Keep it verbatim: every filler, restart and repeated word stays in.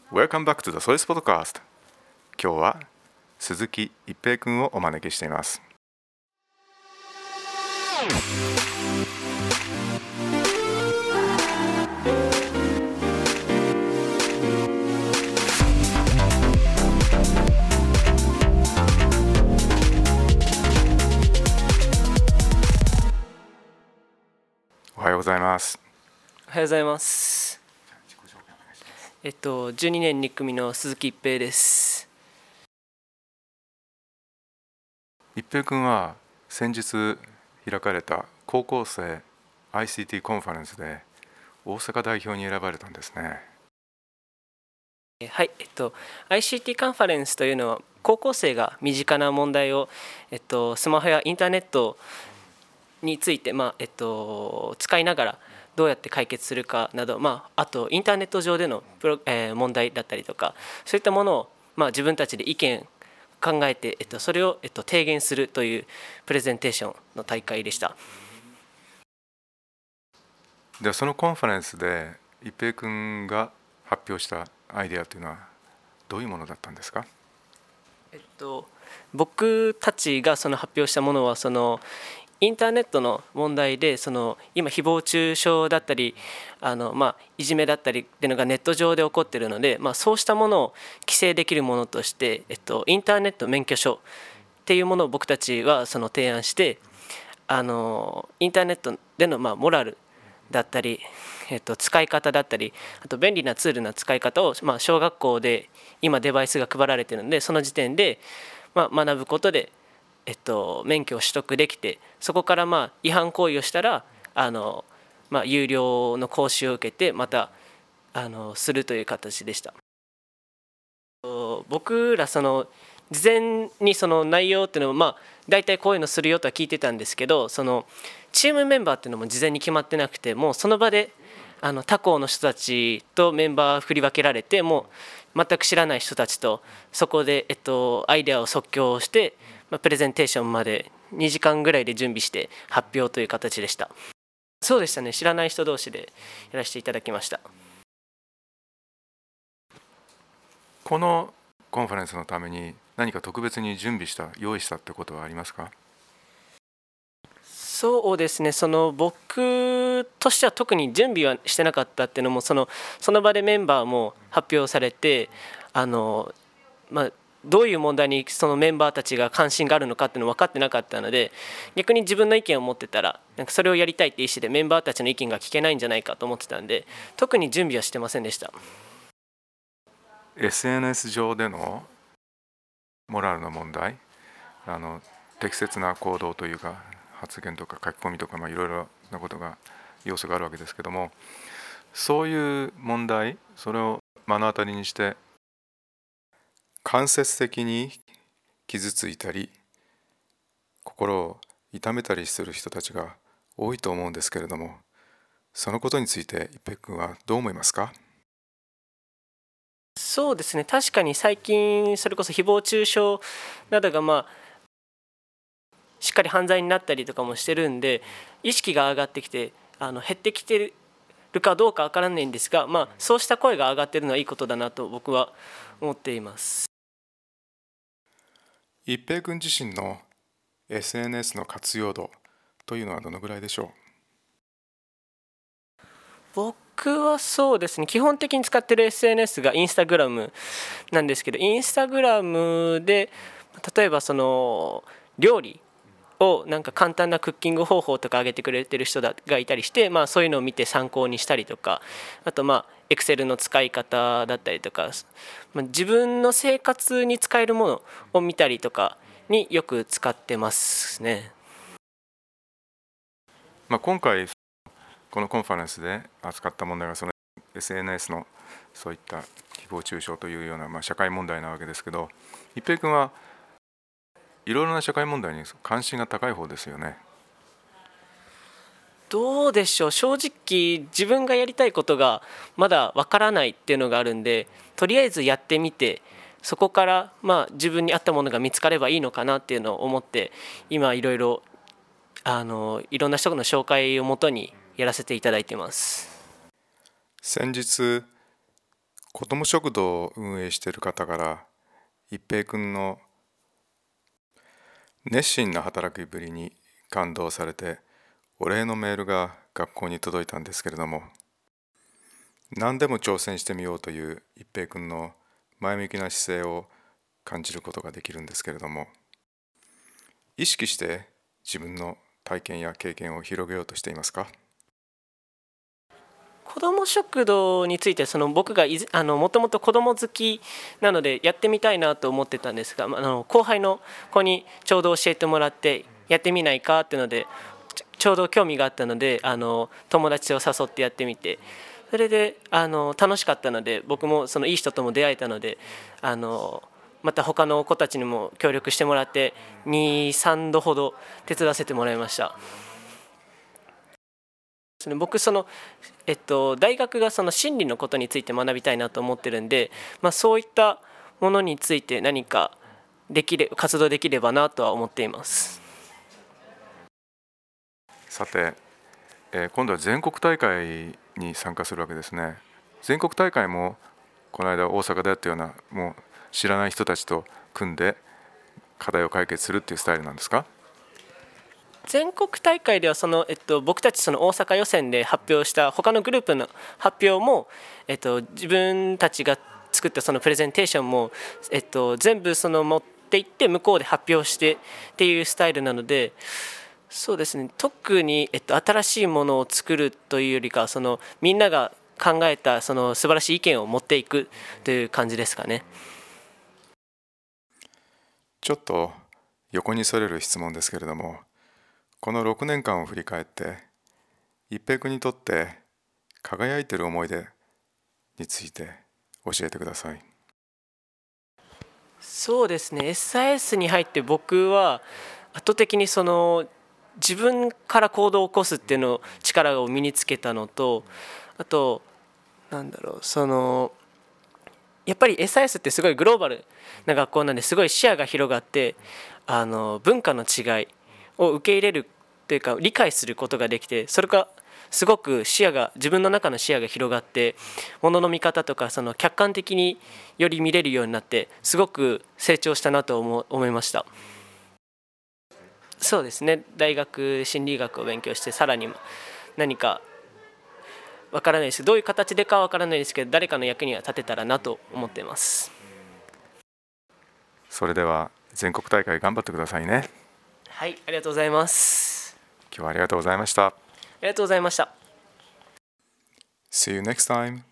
Welcome back to the Solis Podcast。 今日は鈴木一平君をお招きしています。おはようございます。 おはようございます。えっとじゅうにねんに組の鈴木一平です。 一平君は先日開かれた高校生 アイシーティー コンファレンスで大阪代表に選ばれたんですね。 はい、えっと アイシーティー カンファレンスというのは高校生が身近な問題を、えっと、スマホやインターネットについて、まあえっと、使いながらどうやって解決するかなど、まあ、あとインターネット上でのプロ、えー、問題だったりとか、そういったものを、まあ、自分たちで意見考えて、えっと、それを、えっと、提言するというプレゼンテーションの大会でした。 ではそのコンファレンスで一平君が発表したアイデアというのはどういうものだったんですか？ えっと、僕たちがその発表したものはそのインターネットの問題で、その今誹謗中傷だったりあの、まあ、いじめだったりっていうのがネット上で起こっているので、まあ、そうしたものを規制できるものとして、えっと、インターネット免許証っていうものを僕たちはその提案して、あのインターネットでのまあモラルだったり、えっと、使い方だったり、あと便利なツールの使い方を、まあ、小学校で今デバイスが配られているので、その時点で、まあ、学ぶことで、えっと、免許を取得できて、そこからまあ違反行為をしたらあの、まあ、有料の講習を受けてまたあのするという形でした。僕らその事前にその内容っていうのを、まあ大体こういうのするよとは聞いてたんですけど、そのチームメンバーっていうのも事前に決まってなくて、もうその場であの他校の人たちとメンバー振り分けられて、もう全く知らない人たちとそこで、えっと、アイデアを即興して、まあ、プレゼンテーションまでにじかんぐらいで準備して発表という形でした。そうでしたね、知らない人同士でやらせていただきました。 このコンファレンスのために何か特別に準備した用意したってことはありますか？ そうですね、その僕としては特に準備はしてなかったっていうのも、そのその場でメンバーも発表されて、あの、まあ、どういう問題にそのメンバーたちが関心があるのかっていうの分かってなかったので、逆に自分の意見を持ってたらなんかそれをやりたいって意思でメンバーたちの意見が聞けないんじゃないかと思ってたんで、特に準備はしてませんでした。 エスエヌエス 上でのモラルの問題、あの適切な行動というか発言とか書き込みとか、まあ、いろいろなことが要素があるわけですけども、そういう問題、それを目の当たりにして間接的に傷ついたり心を痛めたりする人たちが多いと思うんですけれども、そのことについて一平君はどう思いますか？ そうですね、確かに最近それこそ誹謗中傷などがまあしっかり犯罪になったりとかもしてるんで、意識が上がってきてあの減ってきてるかどうかわからないんですが、まあ、そうした声が上がっているのはいいことだなと僕は思っています。 一平君自身の エスエヌエス の活用度というのはどのぐらいでしょ僕はそうですね、基本的に使ってる エスエヌエス がインスタグラムなんですけど、インスタグラムで例えばその料理をなんか簡単なクッキング方法とか上げてくれてる人がいたりして、まあ、そういうのを見て参考にしたりとか、あとまあ Excel の使い方だったりとか、まあ、自分の生活に使えるものを見たりとかによく使ってますね。 う？まあ、今回このコンファレンスで扱った問題がその エスエヌエス のそういった誹謗中傷というような、まあ、社会問題なわけですけど、一平君はいろいろな社会問題に関心が高い方ですよね。 どうでしょう、正直自分がやりたいことがまだわからないっていうのがあるんで、とりあえずやってみてそこからまあ自分に合ったものが見つかればいいのかなっていうのを思って、今いろいろあのいろんな人の紹介をもとにやらせていただいています。 先日子ども食堂を運営している方から一平君の熱心な働きぶりに感動されてお礼のメールが学校に届いたんですけれども、何でも挑戦してみようという一平君の前向きな姿勢を感じることができるんですけれども、意識して自分の体験や経験を広げようとしていますか？ 子ども食堂についてその僕がいずあのもともと子ども好きなのでやってみたいなと思ってたんですが、あの後輩の子にちょうど教えてもらってやってみないかっていうのでちょちょうど興味があったので、あの友達を誘ってやってみて、それであの楽しかったので、僕もそのいい人とも出会えたので、あのまた他の子たちにも協力してもらってに、さんどほど手伝わせてもらいました。僕その、えっと、大学がその心理のことについて学びたいなと思ってるんで、まあ、そういったものについて何かできれ活動できればなとは思っています。 さて、えー今度は全国大会に参加するわけですね。全国大会もこの間大阪でやったようなもう知らない人たちと組んで課題を解決するっていうスタイルなんですか？ 全国大会ではその、えっと、僕たちその大阪予選で発表した他のグループの発表も、えっと、自分たちが作ったそのプレゼンテーションも、えっと、全部その持って行って向こうで発表してっていうスタイルなので、そうですね、特に、えっと、新しいものを作るというよりかはそのみんなが考えたその素晴らしい意見を持っていくという感じですかね。 ちょっと横にそれる質問ですけれども、このろくねんかんを振り返って一平君にとって輝いている思い出について教えてください。 そうですね、 エスアイエス に入って僕は圧倒的にその自分から行動を起こすっていうの力を身につけたのと、あとなんだろう、そのやっぱり エスアイエス ってすごいグローバルな学校なんで、すごい視野が広がって、あの文化の違いを受け入れるというか理解することができて、それがすごく視野が自分の中の視野が広がって、ものの見方とかその客観的により見れるようになって、すごく成長したなと思思いました。そうですね、大学心理学を勉強して、さらに何かわからないです、どういう形でかはわからないですけど、誰かの役には立てたらなと思っています。 それでは全国大会頑張ってくださいね。 はい、ありがとうございます。 今日はありがとうございました。 ありがとうございました。 See you next time.